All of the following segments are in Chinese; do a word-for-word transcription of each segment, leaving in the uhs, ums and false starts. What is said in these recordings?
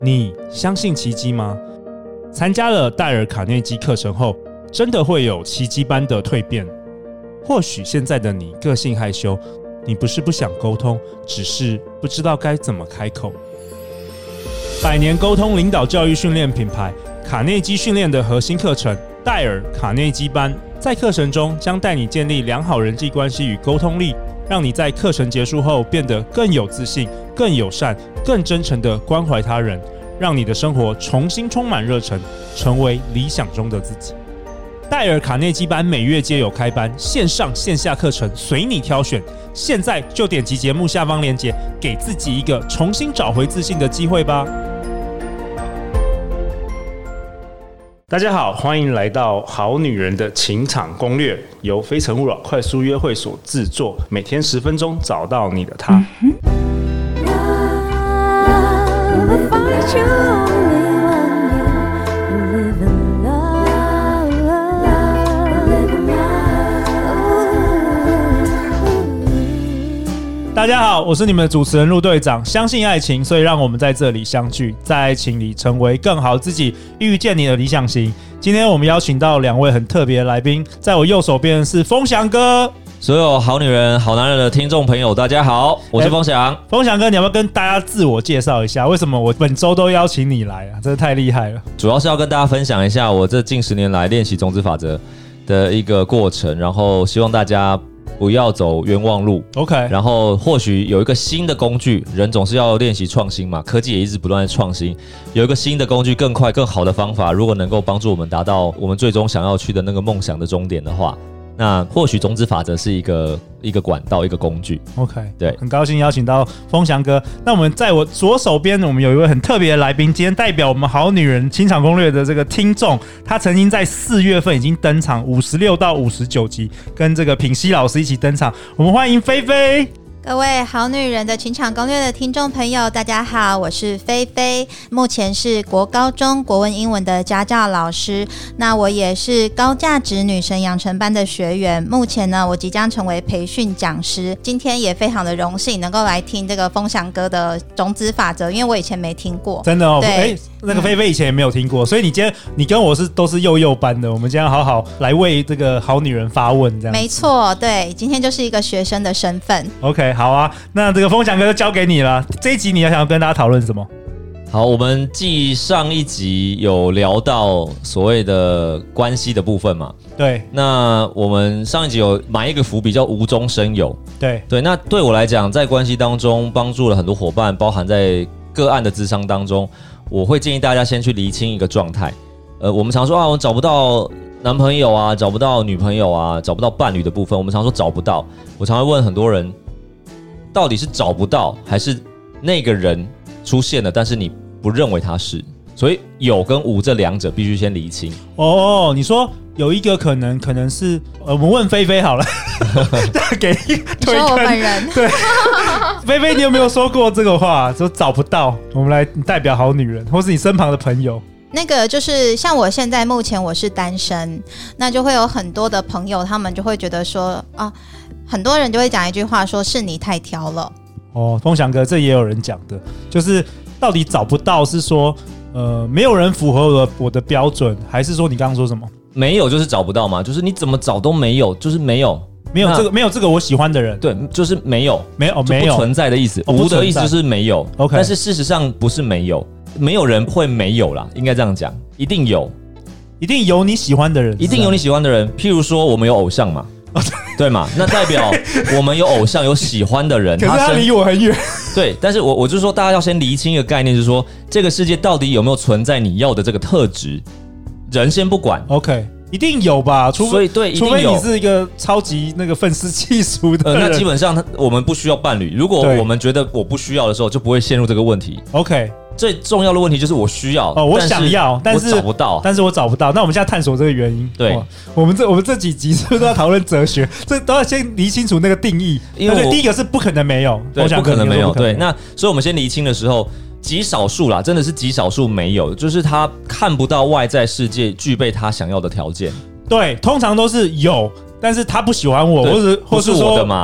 你相信奇迹吗？参加了戴尔·卡内基课程后，真的会有奇迹般的蜕变。或许现在的你个性害羞，你不是不想沟通，只是不知道该怎么开口。百年沟通领导教育训练品牌卡内基训练的核心课程戴尔卡内基班，在课程中将带你建立良好人际关系与沟通力，让你在课程结束后变得更有自信、更友善、更真诚地关怀他人，让你的生活重新充满热忱，成为理想中的自己。戴尔卡内基班每月皆有开班，线上线下课程随你挑选。现在就点击节目下方链接，给自己一个重新找回自信的机会吧。大家好，欢迎来到《好女人的情场攻略》，由非诚勿扰快速约会所制作，每天十分钟，找到你的他。嗯大家好，我是你们的主持人陆队长。相信爱情，所以让我们在这里相聚，在爱情里成为更好自己，遇见你的理想型。今天我们邀请到两位很特别的来宾，在我右手边是风翔哥。 所有好女人、好男人的听众朋友，大家好，我是风翔。 风翔哥，你要不要跟大家自我介绍一下？为什么我本周都邀请你来啊？真的太厉害了！ 主要是要跟大家分享一下我这近十年来练习种子法则的一个过程，然后希望大家不要走冤枉路 ，OK。 然后或许有一个新的工具，人总是要练习创新嘛，科技也一直不断的创新，有一个新的工具，更快、更好的方法，如果能够帮助我们达到我们最终想要去的那个梦想的终点的话，那或许种子法则是一个一个管道，一个工具。 OK， 对， 很高兴邀请到风翔哥。那我们在我左手边，我们有一位很特别的来宾，今天代表我们好女人情场攻略的这个听众，他曾经在四月份已经登场五十六到五十九集，跟这个品熙老师一起登场。我们欢迎菲菲。 各位好女人的情场攻略的听众朋友，大家好，我是菲菲，目前是国高中国文英文的家教老师，那我也是高价值女神养成班的学员，目前呢，我即将成为培训讲师，今天也非常的荣幸能够来听这个风翔哥的种子法则，因为我以前没听过， 真的哦， 对， 欸那个菲菲以前也没有听过，嗯、所以你今天你跟我是都是幼幼班的，我们今天好好来为这个好女人发问，这样没错，对，今天就是一个学生的身份。 OK， 好啊，那这个风翔哥就交给你了。这一集你要想要跟大家讨论什么？ 好，我们继上一集有聊到所谓的关系的部分嘛？ 对。 那我们上一集有埋一个伏笔，叫无中生有。 对对，那对我来讲，在关系当中帮助了很多伙伴，包含在个案的咨商当中。我会建议大家先去厘清一个状态，呃，我们常说啊，我找不到男朋友啊，找不到女朋友啊，找不到伴侣的部分，我们常说找不到。我常会问很多人，到底是找不到，还是那个人出现了，但是你不认为他是？所以有跟无这两者必须先厘清。 哦，你说有一个可能，可能是呃，我们问菲菲好了，给推你说我本人对，菲菲，你有没有说过这个话？说找不到，我们来代表好女人，或是你身旁的朋友。 那个就是像我现在目前我是单身，那就会有很多的朋友，他们就会觉得说啊，很多人就会讲一句话，说是你太挑了。 哦，风翔哥，这也有人讲的，就是到底找不到是说呃没有人符合我的我的标准，还是说你刚刚说什么？ 没有就是找不到嘛，就是你怎么找都没有，就是没有。 没有这个，没有这个我喜欢的人， 对，就是没有， 没有，没有不存在的意思。 哦、 无的意思就是没有 ，OK。 但是事实上不是没有，没有人会没有啦，应该这样讲，一定有， 一定有你喜欢的人， 一定有你喜欢的人。譬如说，我们有偶像嘛，对嘛？那代表我们有偶像，有喜欢的人， 可是他离我很远。 对，但是我我就说，大家要先厘清一个概念，就是说，这个世界到底有没有存在你要的这个特质？人先不管 ，OK。一定有吧，除非所以对， 除非你是一个超级那个愤世嫉俗的人、 呃，那基本上我们不需要伴侣。如果我们觉得我不需要的时候，就不会陷入这个问题。 OK， 最重要的问题就是我需要， 哦，我想要，但是我找不到， 但是我找不到。那我们现在探索这个原因。 对， 我们这我们这几集是不是都要讨论哲学？这都要先理清楚那个定义。因为第一个是不可能没有， 对，不可能没有。对，那所以我们先理清的时候。极少数啦，真的是极少数没有，就是他看不到外在世界具备他想要的条件。 对，通常都是有，但是他不喜欢我，或者或是说我的嘛，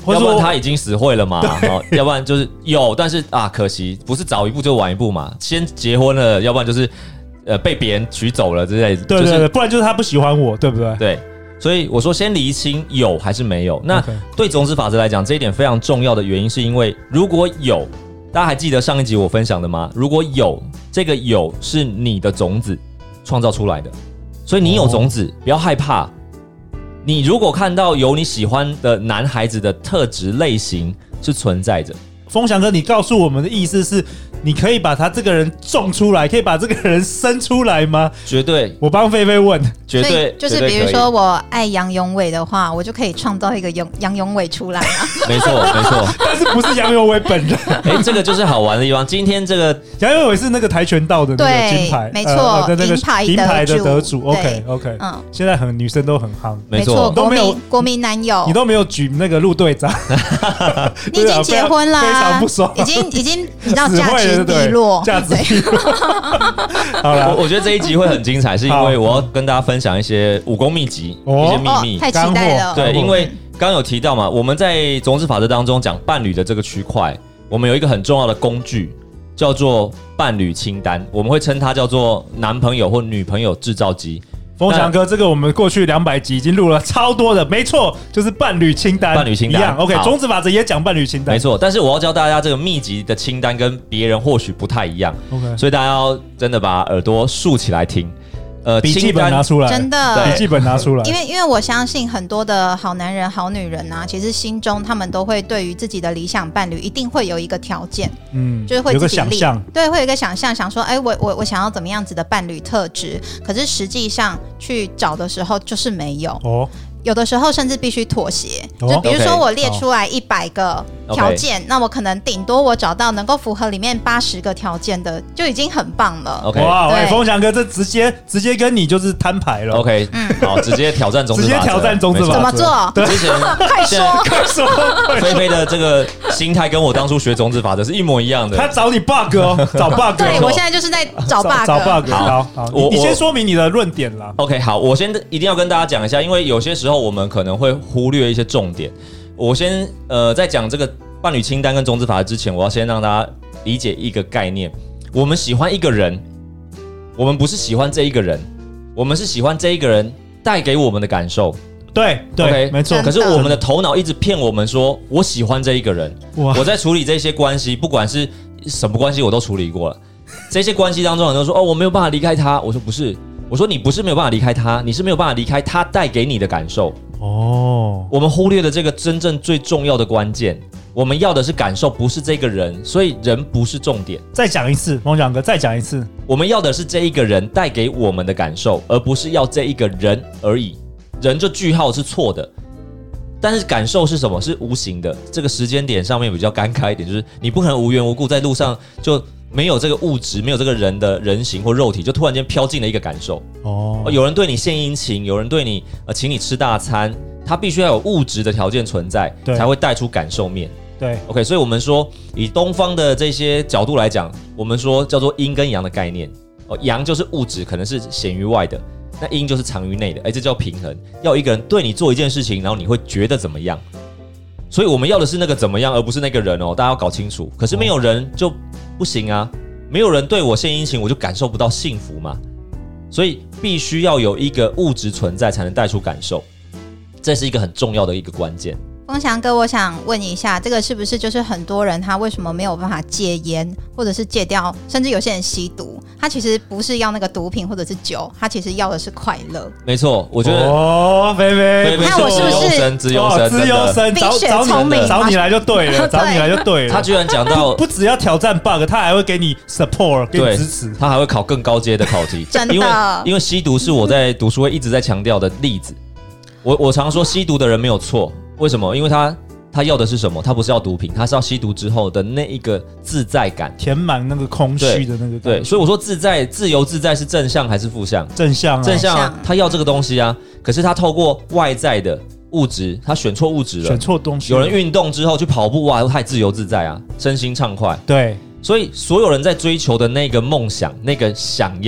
要不然他已经死会了嘛，哦，要不然就是有，但是啊，可惜不是早一步就晚一步嘛，先结婚了，要不然就是呃被别人娶走了之类的， 对对对， 就是、 不然就是他不喜欢我，对不对？ 对，所以我说先厘清有还是没有。那 Okay. 对种子法则来讲，这一点非常重要的原因，是因为如果有，大家还记得上一集我分享的吗？如果有，这个有是你的种子创造出来的，所以你有种子，不要害怕。你如果看到有你喜欢的男孩子的特质类型是存在着， 风翔哥，你告诉我们的意思是，你可以把他这个人种出来，可以把这个人生出来吗？ 绝对， 我帮菲菲问， 绝对， 就是比如说我爱杨永伟的话，我就可以创造一个杨杨永伟出来啊。 没错，没错， 但是不是杨永伟本人？ 哎，这个就是好玩的地方。今天这个杨永伟是那个跆拳道的那个金牌， 没错， 呃、那个银牌银牌的得主。 OK OK OK，嗯，现在很女生都很夯， 没错， 都没有国民男友， 你都没有举那个陆队长， 你已经结婚啦， 非常不爽， 已经已经你知道价值低落， 价值低落。好了， 我我觉得这一集会很精彩，是因为我要跟大家分享一些武功秘籍、 哦、 一些秘密， 哦、太期待了。 对，因为刚刚有提到嘛，我们在种子法则当中讲伴侣的这个区块，我们有一个很重要的工具，叫做伴侣清单，我们会称它叫做男朋友或女朋友制造机。 风翔哥，这个我们过去两百集已经录了超多的，没错，就是伴侣清单， 伴侣清单一样。OK， 种子法则也讲伴侣清单， 没错。但是我要教大家这个秘籍的清单跟别人或许不太一样 ，OK， 所以大家要真的把耳朵竖起来听。 呃，笔记本拿出来， 真的， 笔记本拿出来。 因为因为我相信很多的好男人、好女人啊，其实心中他们都会对于自己的理想伴侣一定会有一个条件，嗯，就是会自己有个想象， 对，会有一个想象，想说，哎，我我我想要怎么样子的伴侣特质，可是实际上去找的时候就是没有哦。有的时候甚至必须妥协，哦、就比如说我列出来一百个条件， okay. 那我可能顶多我找到能够符合里面八十个条件的，就已经很棒了。 Okay. 哇，哎，风翔哥，这直接直接跟你就是摊牌了。 OK， 嗯，好，直接挑战种子法则， 直接挑战种子法则， 怎么做？ 之前快说， 快说， 菲菲的这个心态跟我当初学种子法则是一模一样的。 他找你 bug 哦，找 bug。 对，我现在就是在找 bug， 找 bug。好，好， 我你先说明你的论点啦。 OK， 好，我先一定要跟大家讲一下，因为有些时候我们可能会忽略一些重点。我先呃，在讲这个伴侣清单跟种子法则之前，我要先让大家理解一个概念：我们喜欢一个人，我们不是喜欢这一个人，我们是喜欢这一个人带给我们的感受。 对对， okay, 没错。 可是我们的头脑一直骗我们说，我喜欢这一个人，我在处理这些关系，不管是什么关系，我都处理过了。这些关系当中，很多人说哦，我没有办法离开他。我说不是，我说你不是没有办法离开他，你是没有办法离开他带给你的感受。哦，我们忽略了这个真正最重要的关键。我们要的是感受，不是这个人，所以人不是重点。 再讲一次，梦想哥，再讲一次， 我们要的是这一个人带给我们的感受，而不是要这一个人而已。人就句号是错的，但是感受是什么？是无形的。这个时间点上面比较尴尬一点，就是你不可能无缘无故在路上就没有这个物质，没有这个人的人形或肉体，就突然间飘进了一个感受。哦，有人对你献殷勤，有人对你呃请你吃大餐，他必须要有物质的条件存在，才会带出感受面。 对 ，OK， 所以我们说以东方的这些角度来讲，我们说叫做阴跟阳的概念。哦，阳就是物质，可能是显于外的。那阴就是藏于内的，哎，这叫平衡。要一个人对你做一件事情，然后你会觉得怎么样？所以我们要的是那个怎么样，而不是那个人哦，大家要搞清楚。可是没有人就不行啊，没有人对我献殷勤，我就感受不到幸福嘛。所以必须要有一个物质存在，才能带出感受，这是一个很重要的一个关键。 风翔哥，我想问一下，这个是不是就是很多人他为什么没有办法戒烟，或者是戒掉，甚至有些人吸毒，他其实不是要那个毒品或者是酒，他其实要的是快乐。 没错，我觉得哦，菲菲， 你看我是不是资优生？资优生， 资优生， 冰雪聪明， 找你来就对了，找你来就对了。 他居然讲到不只要挑战 bug， 他还会给你 support， 给你支持， 他还会考更高阶的考题。 真的， 因为因为吸毒是我在读书会一直在强调的例子。我我常说吸毒的人没有错，为什么？因为他。他要的是什么？他不是要毒品，他是要吸毒之后的那一个自在感， 填满那个空虚的那个感觉。 对，所以我说自在、自由自在是正向还是负向？ 正向、啊， 正向啊！他要这个东西啊，可是他透过外在的物质，他选错物质了， 选错东西。 有人运动之后去跑步，哇，太自由自在啊，身心畅快。 对， 所以所有人在追求的那个梦想、那个想要，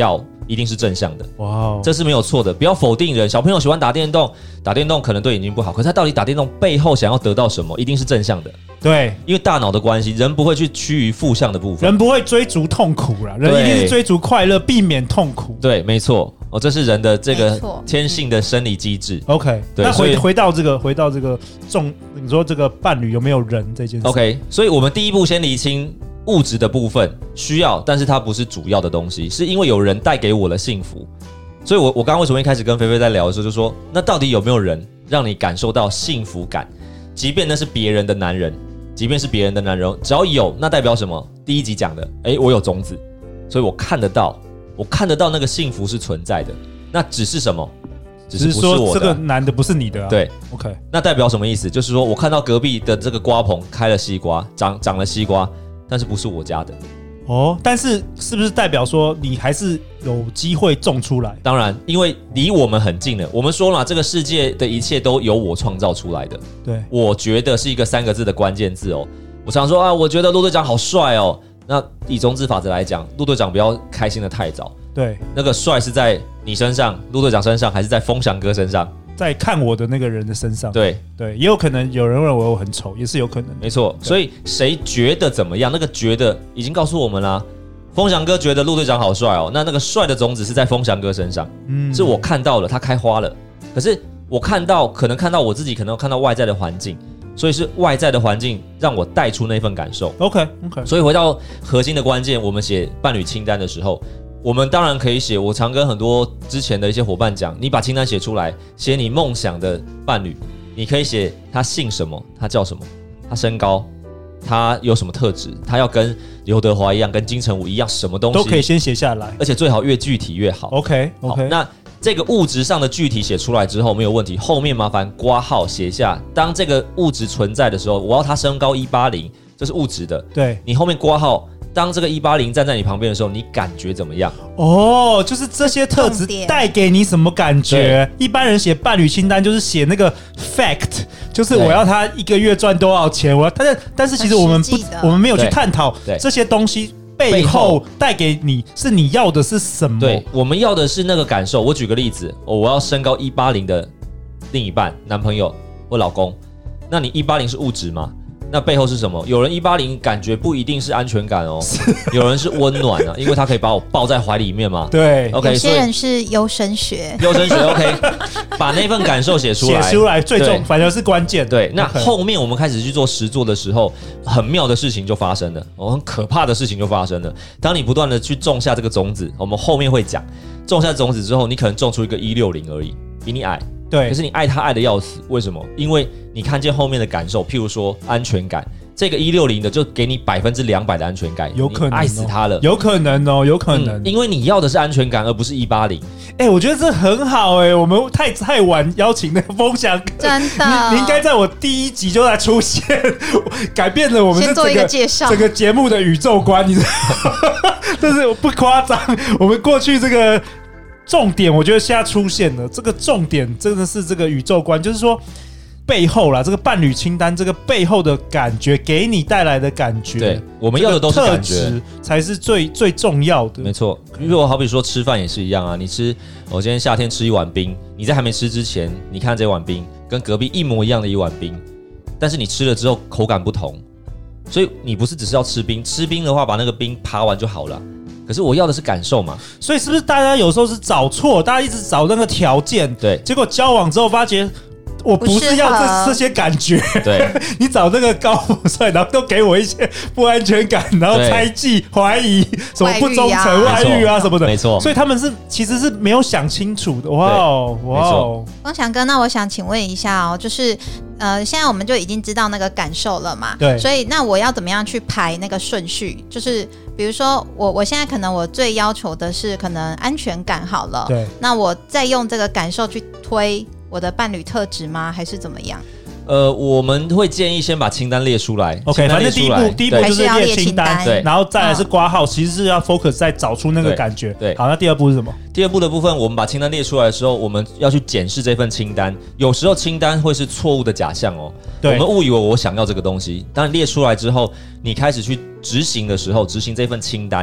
一定是正向的。 哇哦， 这是没有错的，不要否定人。小朋友喜欢打电动，打电动可能对眼睛不好，可是他到底打电动背后想要得到什么，一定是正向的。 对， 因为大脑的关系，人不会去趋于负向的部分， 人不会追逐痛苦啦，人一定是追逐快乐，避免痛苦。 对，没错，哦，这是人的这个天性的生理机制。 OK， 对， 那回回到这个，回到这个重，你说这个伴侣有没有人这件事 ？OK， 所以我们第一步先厘清物质的部分需要，但是它不是主要的东西，是因为有人带给我的幸福。所以我我刚刚为什么一开始跟菲菲在聊的时候就说，那到底有没有人让你感受到幸福感？即便那是别人的男人。即便是别人的男人，只要有，那代表什么？第一集讲的，哎，我有种子，所以我看得到，我看得到那个幸福是存在的。那只是什么？只是不是我的。 说这个男的不是你的啊？ 对 ，OK。 那代表什么意思？就是说我看到隔壁的这个瓜棚开了西瓜，长长了西瓜，但是不是我家的。 哦，但是是不是代表说你还是有机会种出来？ 当然，因为离我们很近了。我们说了，这个世界的一切都由我创造出来的。 对， 我觉得是一个三个字的关键字哦。我常说啊，我觉得陆队长好帅哦。那以中字法则来讲，陆队长不要开心的太早。 对， 那个帅是在你身上，陆队长身上，还是在风翔哥身上？ 在看我的那个人的身上。 对对，也有可能有人认为我很丑，也是有可能的。 没错，所以谁觉得怎么样？那个觉得已经告诉我们啦。风翔哥觉得陆队长好帅哦，那那个帅的种子是在风翔哥身上，嗯，是我看到了，他开花了。可是我看到，可能看到我自己，可能看到外在的环境，所以是外在的环境让我带出那份感受。 OK OK。 所以回到核心的关键，我们写伴侣清单的时候，我们当然可以写。我常跟很多之前的一些伙伴讲，你把清单写出来，写你梦想的伴侣，你可以写他姓什么，他叫什么，他身高。他有什么特质？他要跟刘德华一样，跟金城武一样，什么东西都可以先写下来， 而且最好越具体越好。 OK OK。 那这个物质上的具体写出来之后没有问题，后面麻烦括号写下，当这个物质存在的时候，我要他身高一八零，这是物质的。 对， 你后面括号，当这个一八零站在你旁边的时候，你感觉怎么样？ 哦，就是这些特质带给你什么感觉？一般人写伴侣清单就是写那个 fact。就是我要他一个月赚多少钱，我要，但是但是其实我们不，我们没有去探讨这些东西背后带给你是你要的是什么？ 对，我们要的是那个感受。我举个例子，哦、我要身高一八零的另一半，男朋友或老公，那你一八零是物质吗？那背后是什么？有人一八零感觉不一定是安全感哦，有人是温暖啊，因为他可以把我抱在怀里面嘛。 对 ，OK， 有些人是优生学， 优生学 OK， 把那份感受写出来， 写出来最重，反而是关键。 对，那后面我们开始去做实作的时候，很妙的事情就发生了，哦，很可怕的事情就发生了。当你不断的去种下这个种子，我们后面会讲，种下种子之后，你可能种出一个一六零而已，比你矮。 对， 可是你爱他爱的要死，为什么？因为你看见后面的感受，譬如说安全感，这个一六零的就给你百分之两百的安全感， 有可能、哦、 爱死他了， 有可能哦，有可能、 嗯，因为你要的是安全感，而不是一八零。 哎，我觉得这很好哎、欸，我们太太晚邀请那个风翔哥， 真的， 你, 你应该在我第一集就来出现，改变了我们先做一个介绍， 整个节目的宇宙观，你知道吗？这是我不夸张，我们过去这个。重点我觉得现在出现了，这个重点真的是这个宇宙观，就是说背后啦，这个伴侣清单这个背后的感觉，给你带来的感觉， 对，我们要的都是感觉， 特质才是最最重要的。 没错，如果好比说吃饭也是一样啊，你吃，我今天夏天吃一碗冰，你在还没吃之前，你看这碗冰跟隔壁一模一样的一碗冰，但是你吃了之后口感不同，所以你不是只是要吃冰，吃冰的话把那个冰扒完就好了。可是我要的是感受嘛， 所以是不是大家有时候是找错？大家一直找那个条件， 对， 结果交往之后发觉我不是要 这, 这些感觉， 对， 你找这个高富帅，然后都给我一些不安全感，然后猜忌、怀疑，什么不忠诚、外遇啊什么的， 没错。 所以他们是其实是没有想清楚的。哇哦，哇哦， 光翔哥，那我想请问一下哦，就是呃，现在我们就已经知道那个感受了嘛？ 对， 所以那我要怎么样去排那个顺序？就是比如说我我现在可能我最要求的是可能安全感好了， 对， 那我再用这个感受去推我的伴侣特质吗？还是怎么样？ 呃，我们会建议先把清单列出来。 OK， 反正第一步第一步就是列清单， 对， 然后再来是括号，其实是要 focus 在找出那个感觉。 对， 好，那第二步是什么？ 第二步的部分，我们把清单列出来的时候，我们要去检视这份清单。有时候清单会是错误的假象哦，我们误以为我想要这个东西，当然列出来之后，你开始去执行的时候，执行这份清单，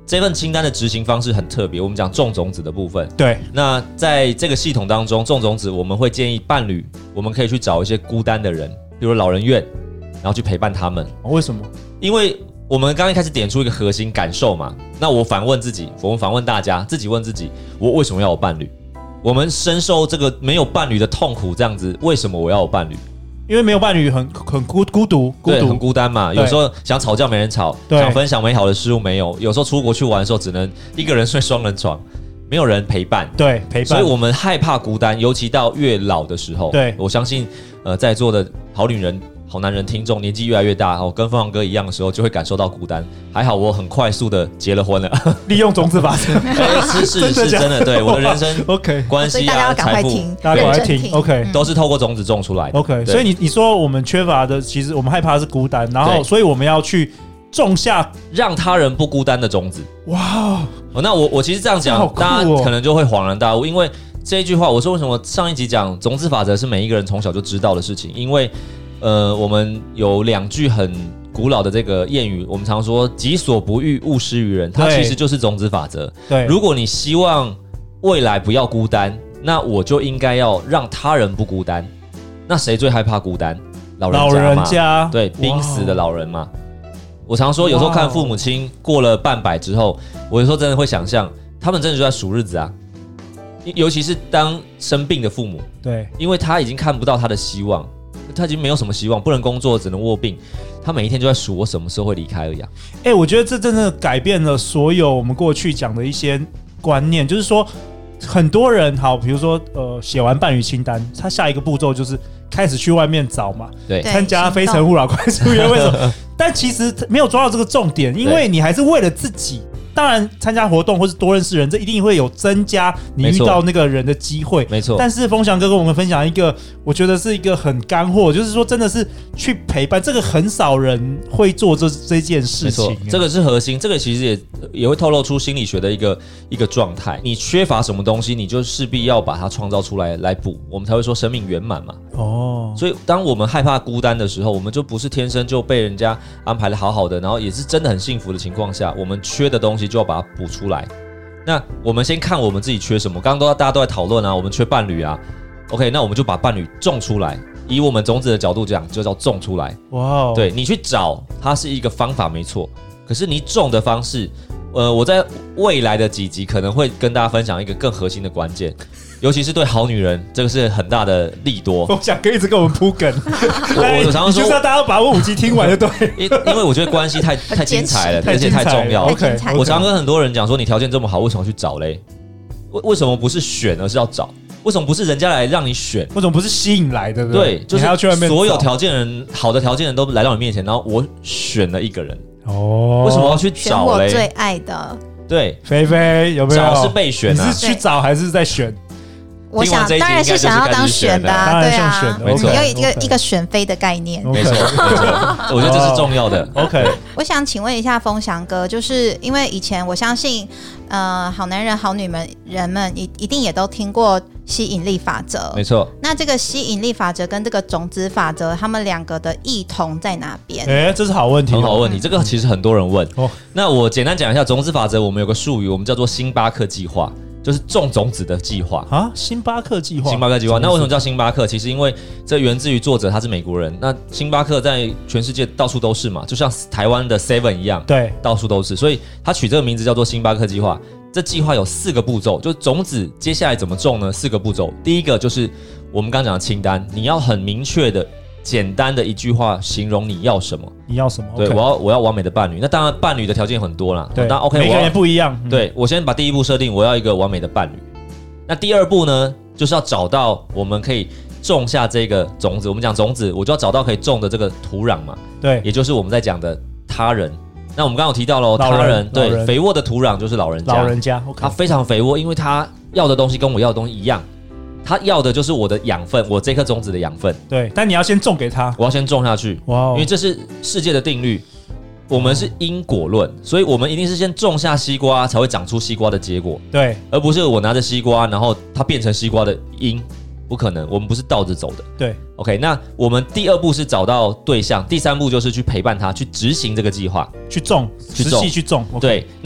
这份清单的执行方式很特别，我们讲种种子的部分。 对， 那在这个系统当中，种种子我们会建议伴侣，我们可以去找一些孤单的人，比如老人院，然后去陪伴他们。 为什么？ 因为我们刚刚一开始点出一个核心感受嘛，那我反问自己，我们反问大家，自己问自己，我为什么要有伴侣？我们深受这个没有伴侣的痛苦，这样子，为什么我要有伴侣？ 因为没有伴侣很很孤孤独，孤对， 独很孤单嘛。有时候想吵架没人吵，想分享美好的事物没有。有时候出国去玩的时候，只能一个人睡双人床，没有人陪伴。 对，陪伴。 所以我们害怕孤单，尤其到越老的时候。 对， 我相信，呃，在座的好女人、好男人听众，年纪越来越大，哦，跟凤凰哥一样的时候，就会感受到孤单。还好我很快速的结了婚了， 利用种子法则。 欸、是是是真的，对我的人生 OK 关系啊、财富， 大家赶快听 OK， 都是透过种子种出来的。 OK， 所以你你说我们缺乏的，其实我们害怕的是孤单，然后所以我们要去种下让他人不孤单的种子。 哇， 哦，那我我其实这样讲， 哦、 大家可能就会恍然大悟，因为这一句话，我说为什么上一集讲种子法则是每一个人从小就知道的事情，因为呃，我们有两句很古老的这个谚语，我们常说“己所不欲，勿施于人”，它其实就是种子法则。 对， 如果你希望未来不要孤单，那我就应该要让他人不孤单。那谁最害怕孤单？老人家嘛， 老人家对，濒死的老人嘛。我常说，有时候看父母亲过了半百之后，我有时候真的会想象，他们真的就在数日子啊。尤其是当生病的父母， 对， 因为他已经看不到他的希望。他已经没有什么希望，不能工作，只能卧病。他每一天就在数我什么时候会离开而已啊！ 哎、欸，我觉得这真的改变了所有我们过去讲的一些观念，就是说，很多人好，比如说呃，写完伴侣清单，他下一个步骤就是开始去外面找嘛， 对， 参加非诚勿扰快速约会什么，但其实没有抓到这个重点，因为你还是为了自己。当然，参加活动或是多认识人，这一定会有增加你遇到那个人的机会。 没错。 但是风翔哥跟我们分享一个，我觉得是一个很干货，就是说真的是去陪伴，这个很少人会做这这件事情。 没错，这个是核心，这个其实也也会透露出心理学的一个一个状态。你缺乏什么东西，你就势必要把它创造出来来补，我们才会说生命圆满嘛。哦。所以，当我们害怕孤单的时候，我们就不是天生就被人家安排的好好的，然后也是真的很幸福的情况下，我们缺的东西就要把它补出来。那我们先看我们自己缺什么。刚刚都大家都在讨论啊，我们缺伴侣啊。OK， 那我们就把伴侣种出来。以我们种子的角度讲，就叫种出来。哇 Wow， 对你去找，它是一个方法没错。可是你种的方式，呃，我在未来的几集可能会跟大家分享一个更核心的关键。尤其是对好女人，这个是很大的利多。 我想跟一直跟我们铺梗， 我我常常说， 就是要大家把我五集听完就对。 因因为我觉得关系太太精彩了，而且太重要了。 OK， 我常跟很多人讲说，你条件这么好，为什么去找嘞？为为什么不是选，而是要找？为什么不是人家来让你选？ 为什么不是吸引来的？ 对，就是还要去外面所有条件人好的条件人都来到你面前，然后我选了一个人。 哦， 为什么要去找嘞？ 选我最爱的。 对， 菲菲有没有？ 找是被选啊？ 你是去找还是在选？ 我想当然是想要当选的、啊，对啊， 没错， 有一个一个选妃的概念， 没错，没错，我觉得这是重要的。 OK， 我想请问一下风翔哥，就是因为以前我相信，呃，好男人、好女们人们一一定也都听过吸引力法则， 没错。 那这个吸引力法则跟这个种子法则，他们两个的异同在哪边？ 哎、欸，这是好问题、哦， 很好问题。这个其实很多人问。哦，那我简单讲一下种子法则，我们有个术语，我们叫做星巴克计划。就是种种子的计划啊，星巴克计划， 星巴克计划。那为什么叫星巴克？其实因为这源自于作者他是美国人，那星巴克在全世界到处都是嘛，就像台湾的 Seven 一样， 对， 到处都是。所以他取这个名字叫做星巴克计划。这计划有四个步骤，就种子接下来怎么种呢？四个步骤，第一个就是我们刚刚讲的清单，你要很明确的。简单的一句话形容你要什么？ 你要什么？ 对， okay， 我要我要完美的伴侣。那当然，伴侣的条件很多啦。 对， 当然 OK， 每个人也不一样。 嗯、对，我先把第一步设定，我要一个完美的伴侣。那第二步呢，就是要找到我们可以种下这个种子。我们讲种子，我就要找到可以种的这个土壤嘛。 对， 也就是我们在讲的他人。那我们刚刚有提到喽，他人对人肥沃的土壤就是老人家， 老人家， okay， 他非常肥沃，因为他要的东西跟我要的东西一样。他要的就是我的养分，我这颗种子的养分。 对，但你要先种给他， 我要先种下去。哇，因为这是世界的定律，我们是因果论，所以我们一定是先种下西瓜，才会长出西瓜的结果。 对， 而不是我拿着西瓜，然后它变成西瓜的因，不可能。我们不是倒着走的。 对 ，OK， 那我们第二步是找到对象，第三步就是去陪伴他，去执行这个计划， 去种， 去种， 去种。 对，那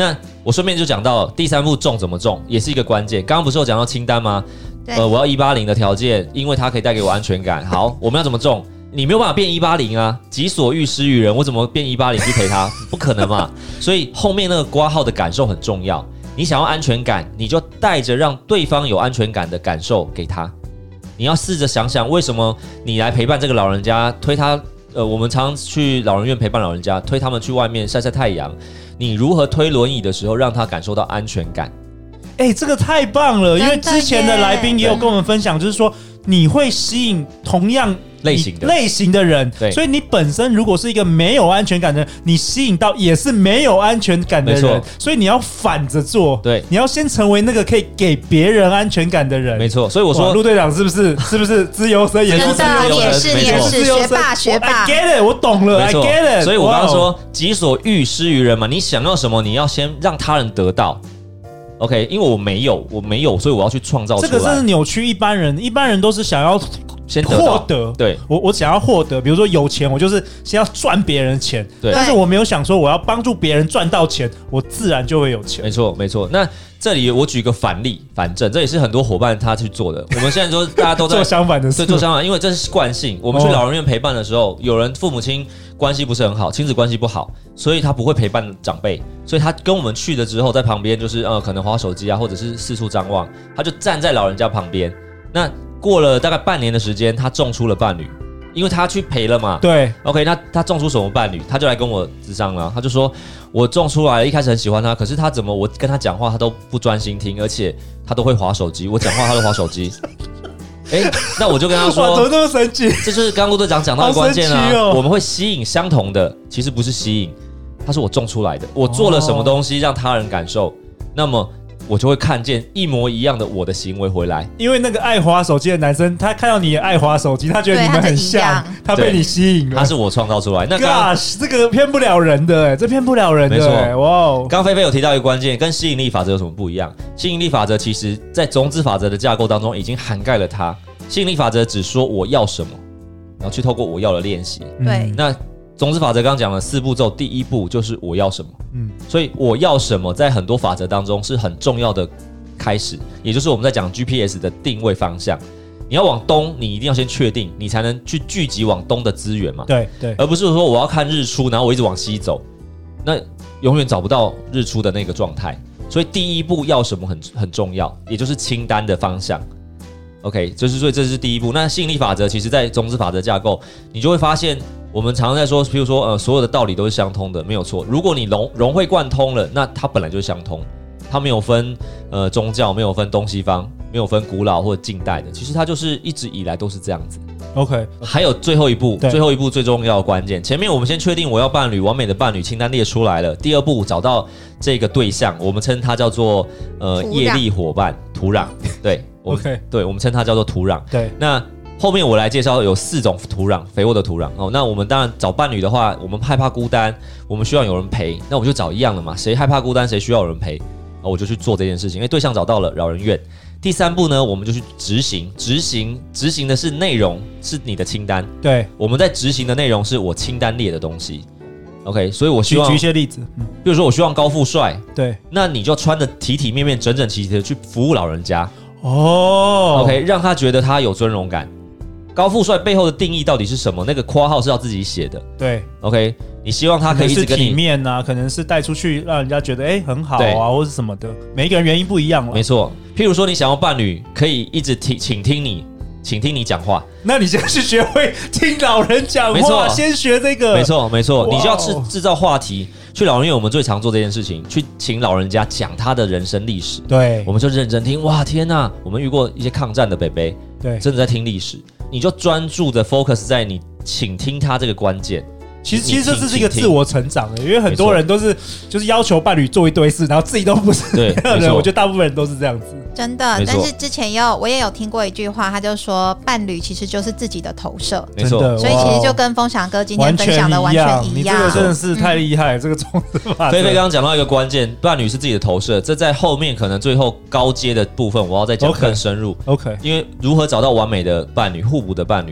我顺便就讲到第三步种怎么种，也是一个关键。刚刚不是有讲到清单吗？呃，我要一八零的条件，因为它可以带给我安全感。好，我们要怎么种？你没有办法变一八零啊，己所欲施于人，我怎么变一八零去陪他？不可能嘛。所以后面那个括号的感受很重要。你想要安全感，你就带着让对方有安全感的感受给他。你要试着想想，为什么你来陪伴这个老人家，推他。呃，我们常常去老人院陪伴老人家，推他们去外面晒晒太阳。你如何推轮椅的时候，让他感受到安全感？ 哎、欸，这个太棒了！因为之前的来宾也有跟我们分享，就是说你会吸引同样类型的类型的人，所以你本身如果是一个没有安全感的人，你吸引到也是没有安全感的人，所以你要反着做， 对， 你要先成为那个可以给别人安全感的人， 没错。所以我说， 陆队长是不是是不是资优生？也是真的也是也是学霸学霸 ，I get it， 我懂了 ，I get it。 所以我刚刚说，己所欲施于人嘛，你想要什么，你要先让他人得到。OK， 因为我没有，我没有，所以我要去创造出来。 这个真是扭曲一般人，一般人都是想要先获得， 对我我想要获得，比如说有钱，我就是先要赚别人的钱， 对， 但是我没有想说我要帮助别人赚到钱，我自然就会有钱。 没错，没错。那这里我举个反例，反正这也是很多伙伴他去做的。我们现在说大家都在做相反的事， 对，做相反，因为这是惯性。我们去老人院陪伴的时候，有人父母亲关系不是很好，亲子关系不好，所以他不会陪伴长辈，所以他跟我们去了之后，在旁边就是呃，可能滑手机啊，或者是四处张望，他就站在老人家旁边。那过了大概半年的时间，他种出了伴侣，因为他去陪了嘛。 对 ，OK， 那他种出什么伴侣？他就来跟我咨商了，他就说我种出来了，一开始很喜欢他，可是他怎么我跟他讲话，他都不专心听，而且他都会滑手机，我讲话他都滑手机。哎、欸，那我就跟他说， 怎么这么神奇？ 这就是刚刚陆队长讲到的关键啊、 哦！ 我们会吸引相同的，其实不是吸引，它是我种出来的。我做了什么东西让他人感受，哦、那么我就会看见一模一样的我的行为回来。 因为那个爱滑手机的男生，他看到你也爱滑手机，他觉得你们很像，他被你吸引了。 他是我创造出来。那刚 Gosh, 这个骗不了人的，哎，这骗不了人的，没错。哇哦！ 刚菲菲有提到一个关键，跟吸引力法则有什么不一样？吸引力法则其实在种子法则的架构当中已经涵盖了它。吸引力法则只说我要什么，然后去透过我要的练习。 对， 那种子法则刚刚讲了四步骤，第一步就是我要什么。嗯，所以我要什么在很多法则当中是很重要的开始，也就是我们在讲 G P S 的定位方向。你要往东，你一定要先确定，你才能去聚集往东的资源嘛。 对对， 而不是说我要看日出，然后我一直往西走，那永远找不到日出的那个状态。所以第一步要什么很很重要，也就是清单的方向。OK， 就是所以这是第一步。那吸引力法则其实在种子法则架构，你就会发现，我们常常在说，譬如说，呃，所有的道理都是相通的，没有错。如果你融融会贯通了，那它本来就是相通，它没有分呃宗教，没有分东西方，没有分古老或者近代的，其实它就是一直以来都是这样子。 OK， 还有最后一步，最后一步最重要的关键，前面我们先确定我要伴侣，完美的伴侣清单列出来了。第二步找到这个对象，我们称它叫做呃业力伙伴土壤，对。 OK， 对，我们称它叫做土壤。 对， 那后面我来介绍有四种土壤，肥沃的土壤哦。那我们当然找伴侣的话，我们害怕孤单，我们需要有人陪，那我们就找一样的嘛。谁害怕孤单，谁需要有人陪，哦，我就去做这件事情。因为对象找到了，老人院。第三步呢，我们就去执行，执行，执行的是内容，是你的清单。 对， 我们在执行的内容是我清单列的东西。OK， 所以我希望举一些例子， 嗯，比如说我希望高富帅， 对， 那你就穿得体体面面、整整齐齐的去服务老人家。 哦 ，OK， 让他觉得他有尊荣感。高富帅背后的定义到底是什么？那个括号是要自己写的。 对 ，OK， 你希望他可以一直跟你体面啊，可能是带出去让人家觉得哎、欸、很好啊，或是什么的。每一个人原因不一样了。 没错，譬如说你想要伴侣可以一直听，倾听你，倾听你讲话， 那你先去学会听老人讲话，先学这个。 没错，没错，你就要制制造话题。去老人院，我们最常做这件事情，去请老人家讲他的人生历史。 对， 我们就认真听。哇，天哪！我们遇过一些抗战的伯伯， 对， 真的在听历史。你就专注的 focus 在你倾听他这个关键。 其实，其实这是一个自我成长的，因为很多人都是就是要求伴侣做一堆事，然后自己都不是这样的人。我觉得大部分人都是这样子。 真的，但是之前有我也有听过一句话，他就说伴侣其实就是自己的投射， 没错。 所以其实就跟风翔哥今天分享的完全一样。 你这个真的是太厉害了，嗯、这个种子法则。 菲菲刚刚讲到一个关键，伴侣是自己的投射，这在后面可能最后高阶的部分，我要再讲更深入。 OK， 因为如何找到完美的伴侣、互补的伴侣，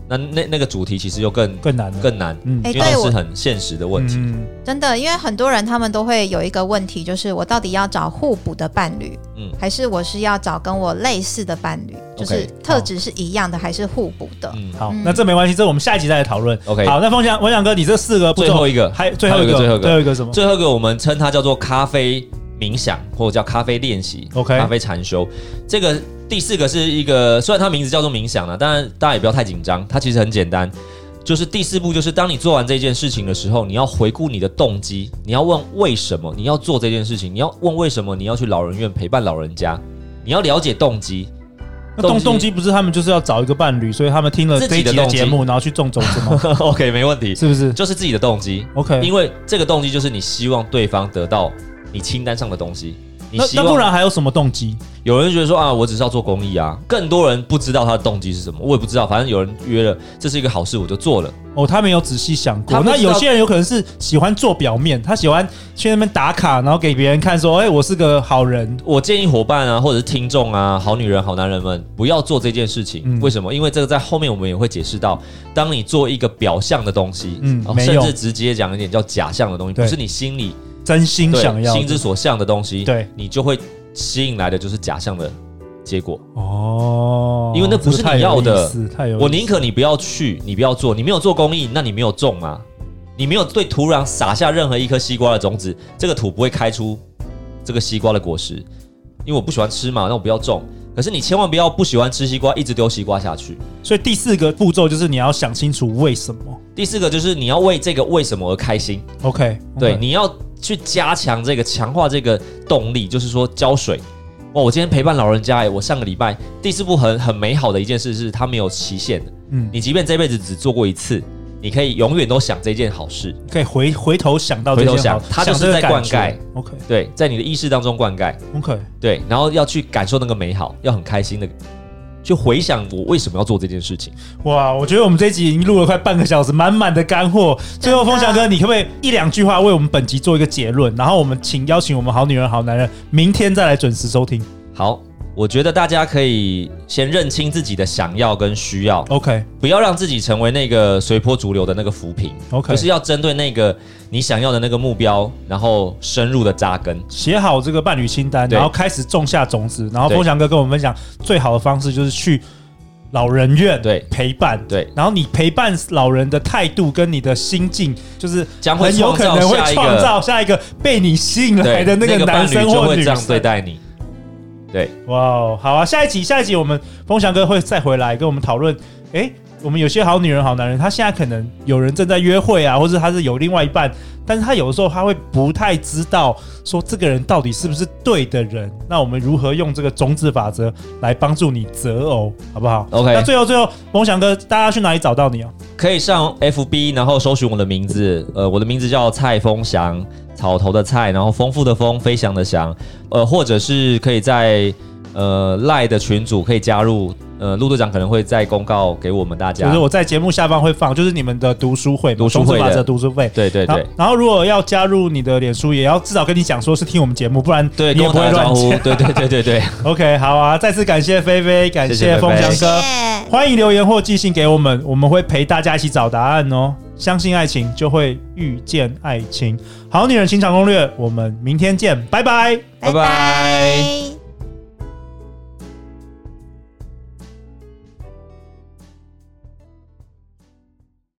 那那那个主题其实又更更难了， 更难， 嗯， 哎因为都是很现实的问题。 嗯， 真的，因为很多人他们都会有一个问题，就是我到底要找互补的伴侣，嗯，还是我是要找跟我类似的伴侣，就是特质是一样的还是互补的？ 嗯，好，那这没关系，这我们下一集再来讨论。 OK， 好，那风翔，风翔哥，你这四个步骤， 最后一个， 还最后一个， 最后一个， 最后一个什么？ 最后一个我们称它叫做咖啡冥想，或者叫咖啡练习 ，OK， 咖啡禅修。这个第四个是一个，虽然它名字叫做冥想了，但是大家也不要太紧张，它其实很简单。就是第四步，就是当你做完这件事情的时候，你要回顾你的动机，你要问为什么你要做这件事情，你要问为什么你要去老人院陪伴老人家，你要了解动机。 那动动机不是他们就是要找一个伴侣，所以他们听了这一集的节目，然后去种种子吗 ？OK， 没问题， 是不是？ 就是自己的动机。 OK， 因为这个动机就是你希望对方得到你清单上的东西。 那那不然还有什么动机？ 有人觉得说啊，我只是要做公益啊，更多人不知道他的动机是什么，我也不知道，反正有人约了，这是一个好事，我就做了。 哦，他没有仔细想过。那有些人有可能是喜欢做表面，他喜欢去那边打卡，然后给别人看说，哎、欸，我是个好人。 我建议伙伴啊，或者是听众啊，好女人、好男人们，不要做这件事情。嗯、为什么？因为这个在后面我们也会解释到，当你做一个表象的东西，嗯，甚至直接讲一点叫假象的东西，不是你心里真心想要、 心之所向的东西， 对， 你就会吸引来的就是假象的结果哦， 因为那不是你要的。我宁可你不要去，你不要做，你没有做公益，那你没有种啊，你没有对土壤撒下任何一颗西瓜的种子，这个土不会开出这个西瓜的果实，因为我不喜欢吃嘛，那我不要种。可是你千万不要不喜欢吃西瓜，一直丢西瓜下去。 所以第四个步骤就是你要想清楚为什么。 第四个就是你要为这个为什么而开心。 OK，, okay. 对，你要去加强这个，强化这个动力，就是说浇水。哇，我今天陪伴老人家，哎，我上个礼拜第四步很很美好的一件事是，它没有期限的。嗯，你即便这辈子只做过一次，你可以永远都想这件好事， 可以回回头想到这件好， 回头想，它就是在灌溉。 OK， 对，在你的意识当中灌溉。 OK， 对，然后要去感受那个美好，要很开心的。去回想我为什么要做这件事情。 哇，我觉得我们这一集已经录了快半个小时，满满的干货。最后，风翔哥，你可不可以一两句话为我们本集做一个结论？然后我们请邀请我们好女人、好男人，明天再来准时收听。 好，我觉得大家可以先认清自己的想要跟需要 ，OK， 不要让自己成为那个随波逐流的那个浮萍 ，OK， 而是要针对那个你想要的那个目标，然后深入的扎根， 写好这个伴侣清单，然后开始种下种子。然后风翔哥跟我们分享最好的方式就是去老人院对陪伴对， 然后你陪伴老人的态度跟你的心境，就是将会很有可能会创造下一个被你吸引来的那个男生或女生， 那个伴侣就会这样对待你。对， 哇，好啊！下一集，下一集我们风翔哥会再回来跟我们讨论。哎，我们有些好女人、好男人，他现在可能有人正在约会啊，或者他是有另外一半，但是他有的时候他会不太知道说这个人到底是不是对的人。那我们如何用这个种子法则来帮助你择偶，好不好 ？OK。 那最后最后，风翔哥，大家去哪里找到你啊？ 可以上 F B， 然后搜寻我的名字，呃，我的名字叫蔡风翔，草头的蔡，然后丰富的丰，飞翔的翔，呃，或者是可以在呃 Line 的群组可以加入。呃，陆队长可能会再公告给我们大家， 就是我在节目下方会放，就是你们的读书会， 读书会的读书会， 对对对。 然后, 然后如果要加入你的脸书，也要至少跟你讲说是听我们节目，不然对你也不会乱讲。 对对对对对。 OK， 好啊，再次感谢菲菲，感谢风翔哥，欢迎留言或寄信给我们，我们会陪大家一起找答案哦。相信爱情，就会遇见爱情。好女人情场攻略，我们明天见，拜拜， 拜拜。